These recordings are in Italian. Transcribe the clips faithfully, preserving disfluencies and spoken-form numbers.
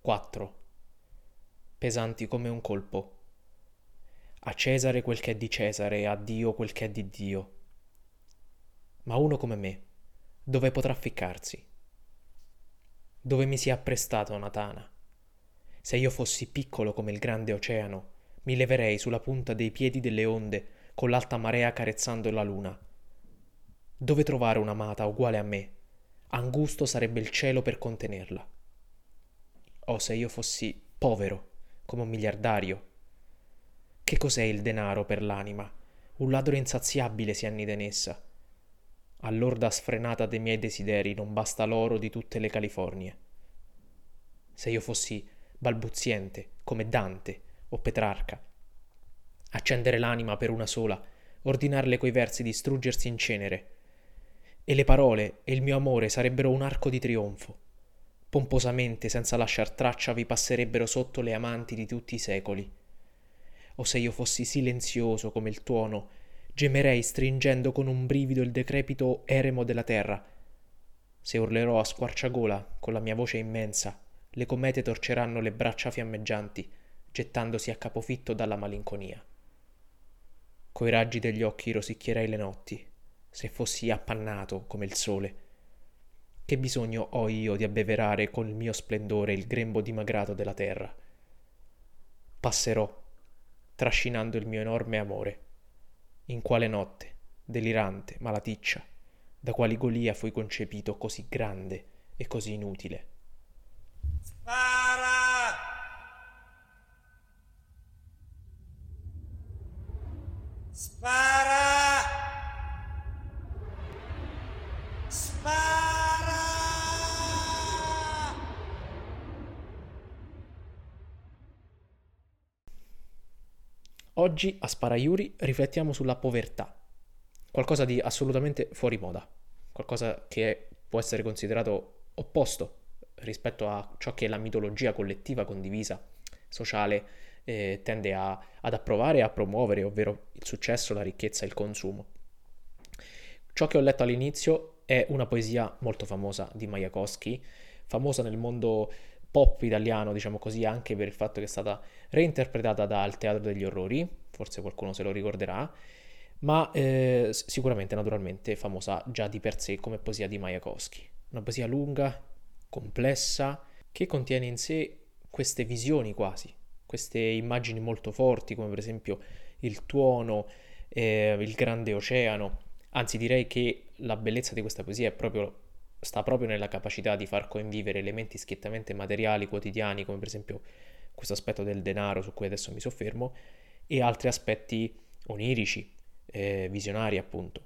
quattro. Pesanti come un colpo. A Cesare quel che è di Cesare e a Dio quel che è di Dio. Ma uno come me, dove potrà ficcarsi? Dove mi sia apprestata una tana? Se io fossi piccolo come il grande oceano, mi leverei sulla punta dei piedi delle onde, con l'alta marea carezzando la luna. Dove trovare un'amata uguale a me? Angusto sarebbe il cielo per contenerla. O se io fossi povero, come un miliardario. Che cos'è il denaro per l'anima? Un ladro insaziabile si annida in essa. All'orda sfrenata dei miei desideri non basta l'oro di tutte le Californie. Se io fossi balbuziente, come Dante o Petrarca, accendere l'anima per una sola, ordinarle coi versi di struggersi in cenere, e le parole e il mio amore sarebbero un arco di trionfo. Pomposamente, senza lasciar traccia, vi passerebbero sotto le amanti di tutti i secoli. O se io fossi silenzioso come il tuono, gemerei stringendo con un brivido il decrepito eremo della terra. Se urlerò a squarciagola con la mia voce immensa, le comete torceranno le braccia fiammeggianti, gettandosi a capofitto dalla malinconia. Coi raggi degli occhi rosicchierei le notti, se fossi appannato come il sole. Che bisogno ho io di abbeverare con il mio splendore il grembo dimagrato della terra? Passerò, trascinando il mio enorme amore. In quale notte, delirante, malaticcia, da quali Golia fui concepito così grande e così inutile. Spara! Spara! Spara! Oggi a Sparaiuri riflettiamo sulla povertà, qualcosa di assolutamente fuori moda, qualcosa che può essere considerato opposto rispetto a ciò che la mitologia collettiva condivisa, sociale, eh, tende a, ad approvare e a promuovere, ovvero il successo, la ricchezza e il consumo. Ciò che ho letto all'inizio è una poesia molto famosa di Majakovsky, famosa nel mondo pop italiano, diciamo così, anche per il fatto che è stata reinterpretata dal Teatro degli Orrori, forse qualcuno se lo ricorderà, ma eh, sicuramente, naturalmente, famosa già di per sé come poesia di Majakovsky. Una poesia lunga, complessa, che contiene in sé queste visioni quasi, queste immagini molto forti, come per esempio il tuono, eh, il grande oceano. Anzi, direi che la bellezza di questa poesia è proprio, sta proprio nella capacità di far convivere elementi schiettamente materiali, quotidiani, come per esempio questo aspetto del denaro su cui adesso mi soffermo, e altri aspetti onirici, eh, visionari appunto.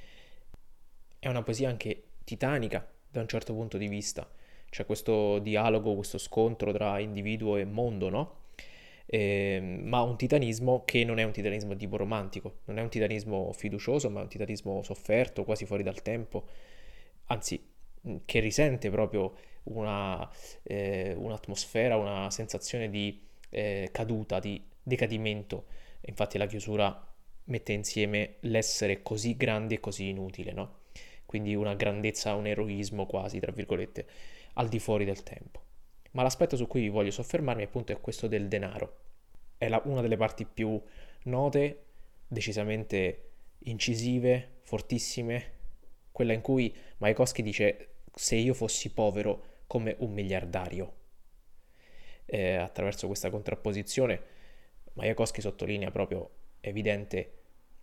È una poesia anche titanica da un certo punto di vista, c'è questo dialogo, questo scontro tra individuo e mondo, no? Eh, ma un titanismo che non è un titanismo tipo romantico, non è un titanismo fiducioso, ma è un titanismo sofferto, quasi fuori dal tempo, anzi, che risente proprio una, eh, un'atmosfera, una sensazione di eh, caduta, di decadimento. Infatti la chiusura mette insieme l'essere così grande e così inutile, no? Quindi una grandezza, un eroismo quasi, tra virgolette, al di fuori del tempo. Ma l'aspetto su cui voglio soffermarmi appunto è questo del denaro. È la- una delle parti più note, decisamente incisive, fortissime, quella in cui Majakovsky dice se io fossi povero come un miliardario. Eh, attraverso questa contrapposizione Majakovsky sottolinea proprio evidente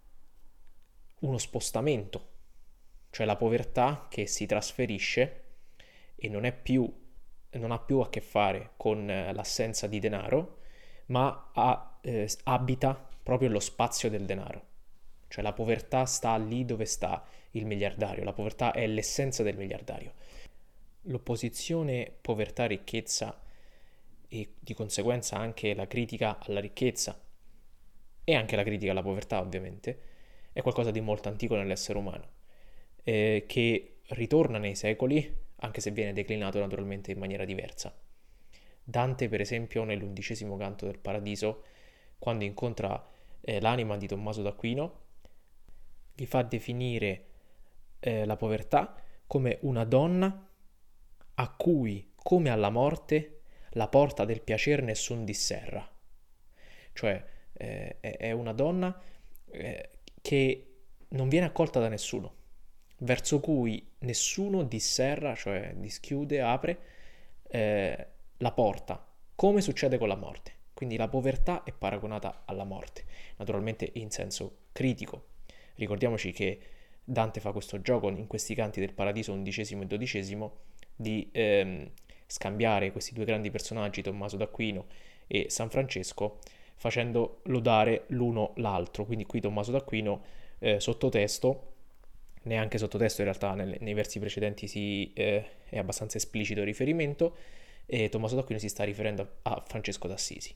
uno spostamento, cioè la povertà che si trasferisce e non è più, non ha più a che fare con eh, l'assenza di denaro, ma ha, eh, abita proprio lo spazio del denaro. Cioè la povertà sta lì dove sta il miliardario, la povertà è l'essenza del miliardario. L'opposizione povertà-ricchezza e di conseguenza anche la critica alla ricchezza e anche la critica alla povertà ovviamente è qualcosa di molto antico nell'essere umano, eh, che ritorna nei secoli anche se viene declinato naturalmente in maniera diversa. Dante per esempio nell'undicesimo canto del Paradiso, quando incontra eh, l'anima di Tommaso d'Aquino, gli fa definire eh, la povertà come una donna a cui, come alla morte, la porta del piacer nessun disserra, cioè eh, è è una donna eh, che non viene accolta da nessuno, verso cui nessuno disserra, cioè dischiude, apre eh, la porta, come succede con la morte. Quindi la povertà è paragonata alla morte, naturalmente in senso critico. Ricordiamoci che Dante fa questo gioco in questi canti del paradiso undicesimo e dodicesimo di ehm, scambiare questi due grandi personaggi, Tommaso d'Aquino e San Francesco, facendo lodare l'uno l'altro. Quindi qui Tommaso d'Aquino eh, sottotesto, neanche sottotesto in realtà, nel, nei versi precedenti si, eh, è abbastanza esplicito il riferimento, e Tommaso d'Aquino si sta riferendo a Francesco d'Assisi.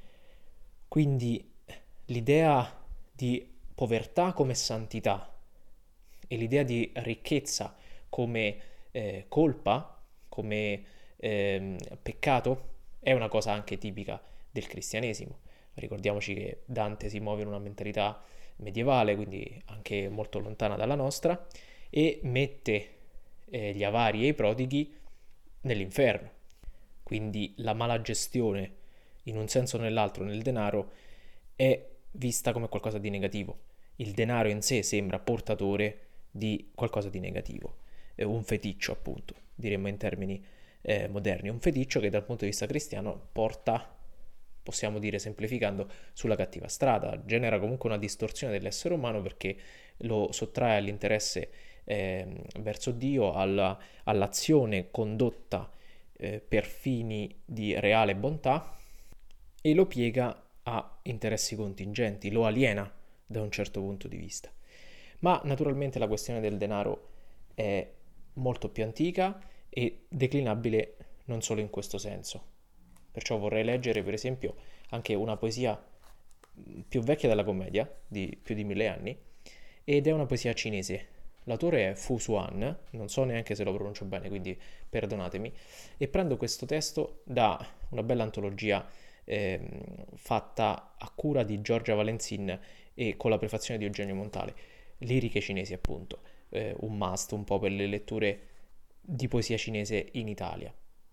Quindi l'idea di povertà come santità e l'idea di ricchezza come eh, colpa, come ehm, peccato, è una cosa anche tipica del cristianesimo. Ricordiamoci che Dante si muove in una mentalità medievale, quindi anche molto lontana dalla nostra, e mette eh, gli avari e i prodighi nell'inferno. Quindi la mala gestione, in un senso o nell'altro, nel denaro è vista come qualcosa di negativo. Il denaro in sé sembra portatore di qualcosa di negativo, è un feticcio appunto, diremmo in termini eh, moderni, un feticcio che dal punto di vista cristiano porta, possiamo dire semplificando, sulla cattiva strada, genera comunque una distorsione dell'essere umano perché lo sottrae all'interesse eh, verso Dio, alla, all'azione condotta eh, per fini di reale bontà, e lo piega a interessi contingenti, lo aliena da un certo punto di vista. Ma naturalmente la questione del denaro è molto più antica e declinabile non solo in questo senso. Perciò vorrei leggere per esempio anche una poesia più vecchia della commedia, di più di mille anni, ed è una poesia cinese. L'autore è Fu Xuan, non so neanche se lo pronuncio bene, quindi perdonatemi, e prendo questo testo da una bella antologia eh, fatta a cura di Giorgia Valenzin e con la prefazione di Eugenio Montale, Liriche cinesi appunto, eh, un must un po' per le letture di poesia cinese in Italia.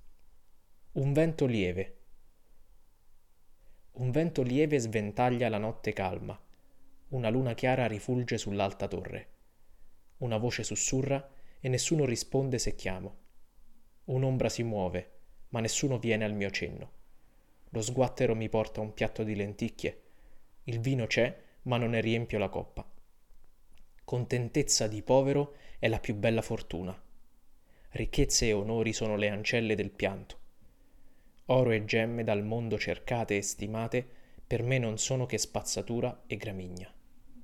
Un vento lieve. Un vento lieve sventaglia la notte calma. Una luna chiara rifulge sull'alta torre. Una voce sussurra e nessuno risponde se chiamo. Un'ombra si muove, ma nessuno viene al mio cenno. Lo sguattero mi porta un piatto di lenticchie. Il vino c'è, ma non ne riempio la coppa. Contentezza di povero è la più bella fortuna. Ricchezze e onori sono le ancelle del pianto. Oro e gemme dal mondo cercate e stimate, per me non sono che spazzatura e gramigna.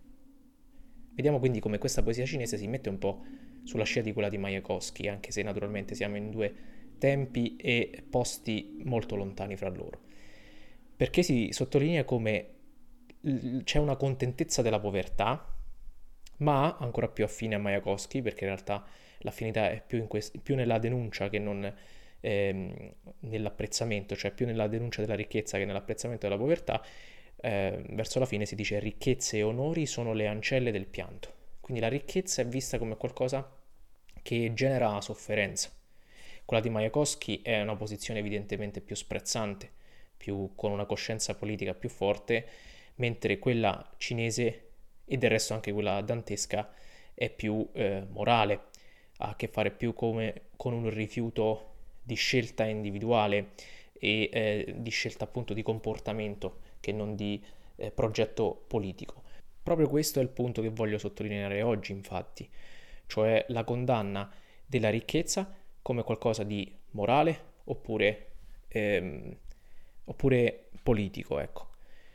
Vediamo quindi come questa poesia cinese si mette un po' sulla scia di quella di Majakovskij, anche se naturalmente siamo in due tempi e posti molto lontani fra loro. Perché si sottolinea come c'è una contentezza della povertà, ma ancora più affine a Majakovskij, perché in realtà l'affinità è più, in quest- più nella denuncia che non ehm, nell'apprezzamento, cioè più nella denuncia della ricchezza che nell'apprezzamento della povertà. Eh, verso la fine si dice ricchezze e onori sono le ancelle del pianto. Quindi la ricchezza è vista come qualcosa che genera sofferenza. Quella di Majakovskij è una posizione evidentemente più sprezzante, più con una coscienza politica più forte, mentre quella cinese, e del resto anche quella dantesca, è più eh, morale, ha a che fare più come con un rifiuto di scelta individuale e eh, di scelta appunto di comportamento che non di eh, progetto politico. Proprio questo è il punto che voglio sottolineare oggi, infatti, cioè la condanna della ricchezza come qualcosa di morale oppure, ehm, oppure politico, ecco.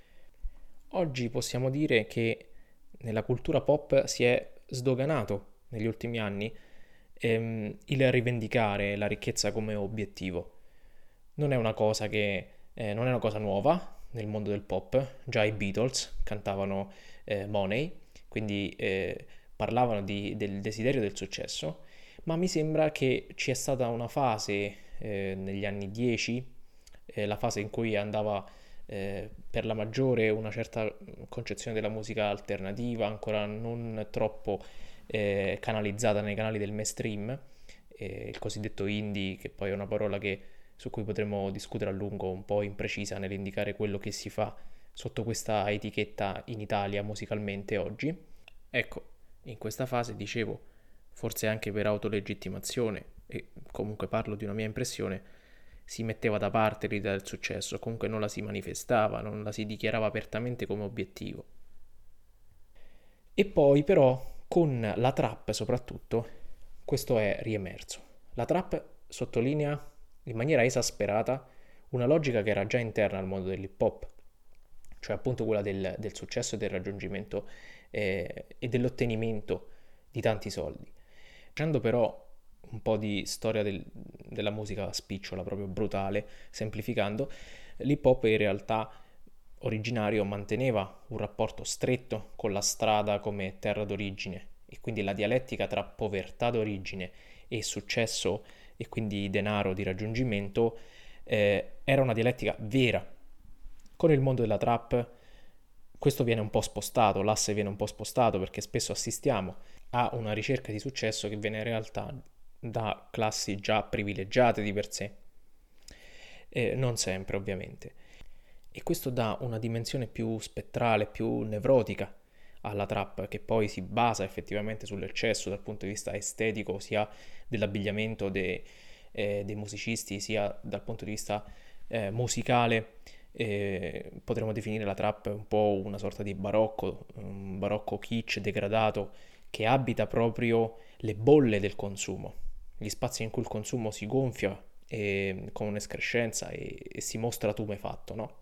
Oggi possiamo dire che nella cultura pop si è sdoganato negli ultimi anni ehm, il rivendicare la ricchezza come obiettivo. Non è una cosa che eh, non è una cosa nuova nel mondo del pop, già i Beatles cantavano eh, Money, quindi eh, parlavano di, del desiderio del successo, ma mi sembra che ci è stata una fase eh, negli anni dieci, eh, la fase in cui andava eh, per la maggiore una certa concezione della musica alternativa, ancora non troppo eh, canalizzata nei canali del mainstream, eh, il cosiddetto indie, che poi è una parola che su cui potremo discutere a lungo, un po' imprecisa nell'indicare quello che si fa sotto questa etichetta in Italia musicalmente oggi. Ecco, in questa fase dicevo, forse anche per autolegittimazione, e comunque parlo di una mia impressione, si metteva da parte l'idea del successo, comunque non la si manifestava, non la si dichiarava apertamente come obiettivo. E poi però con la trap soprattutto questo è riemerso. La trap sottolinea in maniera esasperata una logica che era già interna al mondo dell'hip hop, cioè appunto quella del, del successo e del raggiungimento eh, e dell'ottenimento di tanti soldi. Facendo però un po' di storia del, della musica spicciola, proprio brutale, semplificando, l'hip hop in realtà originario manteneva un rapporto stretto con la strada come terra d'origine e quindi la dialettica tra povertà d'origine e successo e quindi denaro di raggiungimento eh, era una dialettica vera. Con il mondo della trap questo viene un po' spostato, l'asse viene un po' spostato perché spesso assistiamo a una ricerca di successo che viene in realtà da classi già privilegiate di per sé, eh, non sempre ovviamente. E questo dà una dimensione più spettrale, più nevrotica alla trap, che poi si basa effettivamente sull'eccesso dal punto di vista estetico, sia dell'abbigliamento dei, eh, dei musicisti, sia dal punto di vista eh, musicale. Eh, potremmo definire la trap un po' una sorta di barocco, un barocco kitsch degradato che abita proprio le bolle del consumo, gli spazi in cui il consumo si gonfia e, con un'escrescenza e, e si mostra tumefatto, no?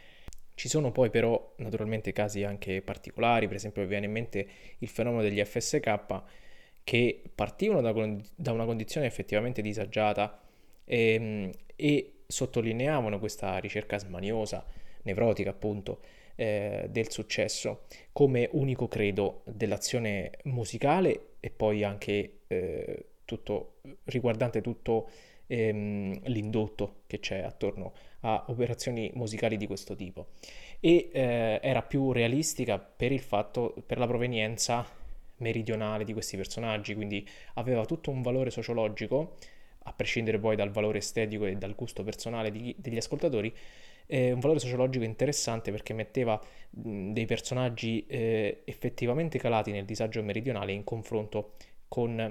Ci sono poi però naturalmente casi anche particolari, per esempio mi viene in mente il fenomeno degli F S K che partivano da, da una condizione effettivamente disagiata e, e sottolineavano questa ricerca smaniosa, nevrotica appunto, eh, del successo come unico credo dell'azione musicale e poi anche eh, tutto, riguardante tutto ehm, l'indotto che c'è attorno a operazioni musicali di questo tipo e eh, era più realistica per il fatto, per la provenienza meridionale di questi personaggi, quindi aveva tutto un valore sociologico a prescindere poi dal valore estetico e dal gusto personale di, degli ascoltatori, eh, un valore sociologico interessante perché metteva mh, dei personaggi eh, effettivamente calati nel disagio meridionale in confronto con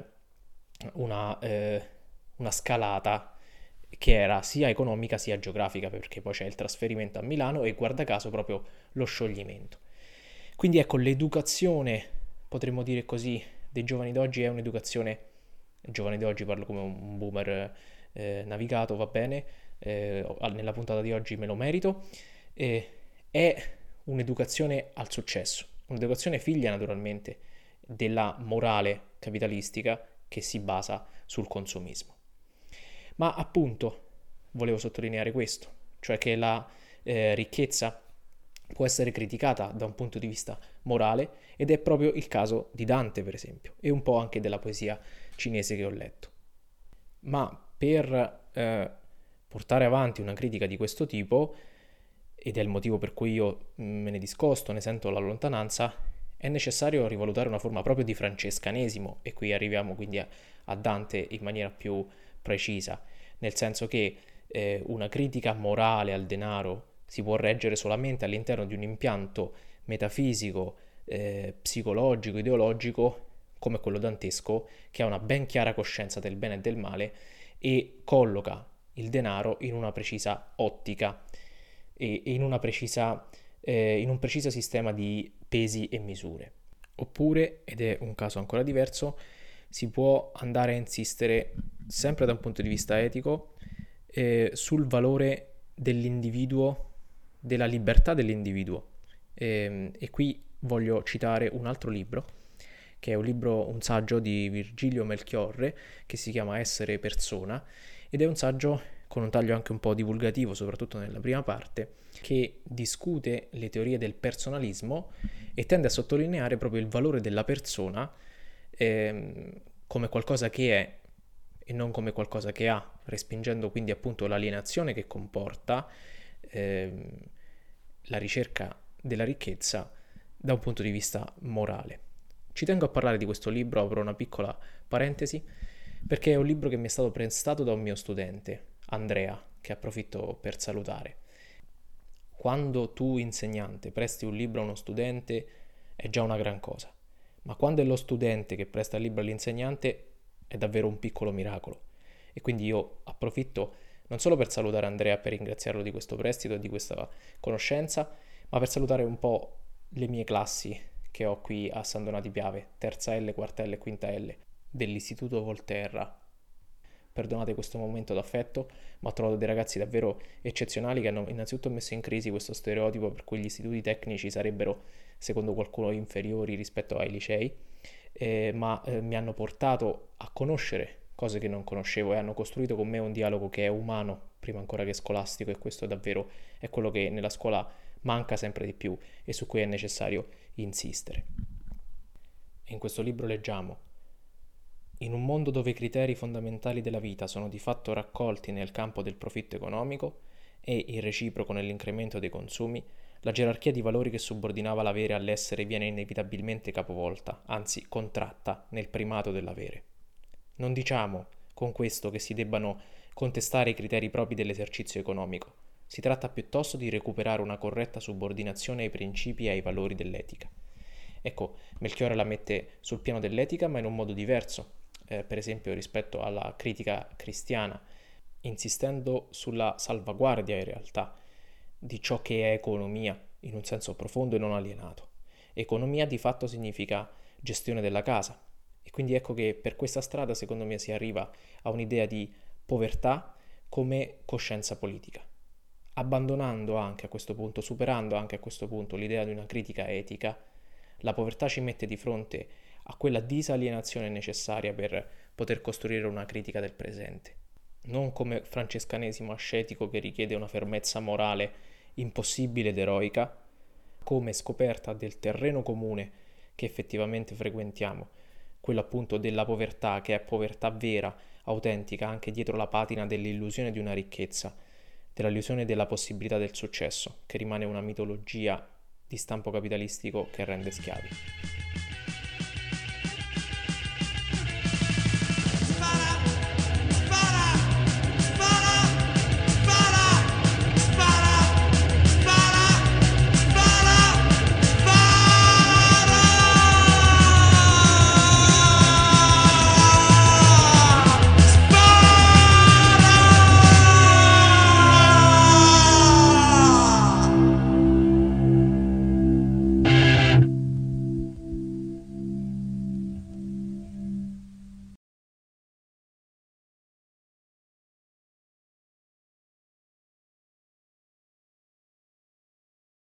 una, eh, una scalata che era sia economica sia geografica, perché poi c'è il trasferimento a Milano e guarda caso proprio lo scioglimento. Quindi ecco, l'educazione, potremmo dire così, dei giovani d'oggi è un'educazione, giovani d'oggi parlo come un boomer eh, navigato, va bene, eh, nella puntata di oggi me lo merito, eh, è un'educazione al successo, un'educazione figlia naturalmente della morale capitalistica che si basa sul consumismo. Ma appunto volevo sottolineare questo, cioè che la eh, ricchezza può essere criticata da un punto di vista morale ed è proprio il caso di Dante per esempio e un po' anche della poesia cinese che ho letto. Ma per eh, portare avanti una critica di questo tipo, ed è il motivo per cui io me ne discosto, ne sento la lontananza, è necessario rivalutare una forma proprio di francescanesimo e qui arriviamo quindi a, a Dante in maniera più precisa, nel senso che eh, una critica morale al denaro si può reggere solamente all'interno di un impianto metafisico, eh, psicologico, ideologico come quello dantesco, che ha una ben chiara coscienza del bene e del male e colloca il denaro in una precisa ottica e, e in, una precisa, eh, in un preciso sistema di pesi e misure. Oppure, ed è un caso ancora diverso, si può andare a insistere sempre da un punto di vista etico eh, sul valore dell'individuo, della libertà dell'individuo. E, e qui voglio citare un altro libro, che è un libro, un saggio di Virgilio Melchiorre, che si chiama Essere persona, ed è un saggio con un taglio anche un po' divulgativo, soprattutto nella prima parte, che discute le teorie del personalismo e tende a sottolineare proprio il valore della persona ehm, come qualcosa che è e non come qualcosa che ha, respingendo quindi appunto l'alienazione che comporta ehm, la ricerca della ricchezza da un punto di vista morale. Ci tengo a parlare di questo libro, apro una piccola parentesi, perché è un libro che mi è stato prestato da un mio studente, Andrea, che approfitto per salutare. Quando tu, insegnante, presti un libro a uno studente è già una gran cosa, ma quando è lo studente che presta il libro all'insegnante è davvero un piccolo miracolo. E quindi io approfitto non solo per salutare Andrea, per ringraziarlo di questo prestito e di questa conoscenza, ma per salutare un po' le mie classi che ho qui a San Donato di Piave, terza L, quarta L e quinta L dell'Istituto Volterra. Perdonate questo momento d'affetto, ma ho trovato dei ragazzi davvero eccezionali che hanno innanzitutto messo in crisi questo stereotipo per cui gli istituti tecnici sarebbero, secondo qualcuno, inferiori rispetto ai licei, eh, ma eh, mi hanno portato a conoscere cose che non conoscevo e hanno costruito con me un dialogo che è umano prima ancora che scolastico, e questo davvero è quello che nella scuola manca sempre di più e su cui è necessario insistere. In questo libro leggiamo: in un mondo dove i criteri fondamentali della vita sono di fatto raccolti nel campo del profitto economico e il reciproco nell'incremento dei consumi, la gerarchia di valori che subordinava l'avere all'essere viene inevitabilmente capovolta, anzi contratta nel primato dell'avere. Non diciamo con questo che si debbano contestare i criteri propri dell'esercizio economico. Si tratta piuttosto di recuperare una corretta subordinazione ai principi e ai valori dell'etica. Ecco, Melchiorre la mette sul piano dell'etica, ma in un modo diverso, eh, per esempio rispetto alla critica cristiana, insistendo sulla salvaguardia in realtà di ciò che è economia in un senso profondo e non alienato. Economia di fatto significa gestione della casa, e quindi ecco che per questa strada secondo me si arriva a un'idea di povertà come coscienza politica, abbandonando anche a questo punto, superando anche a questo punto l'idea di una critica etica. La povertà ci mette di fronte a quella disalienazione necessaria per poter costruire una critica del presente, non come francescanesimo ascetico che richiede una fermezza morale impossibile ed eroica, come scoperta del terreno comune che effettivamente frequentiamo, quello appunto della povertà, che è povertà vera, autentica, anche dietro la patina dell'illusione di una ricchezza, dell'illusione della possibilità del successo, che rimane una mitologia di stampo capitalistico che rende schiavi.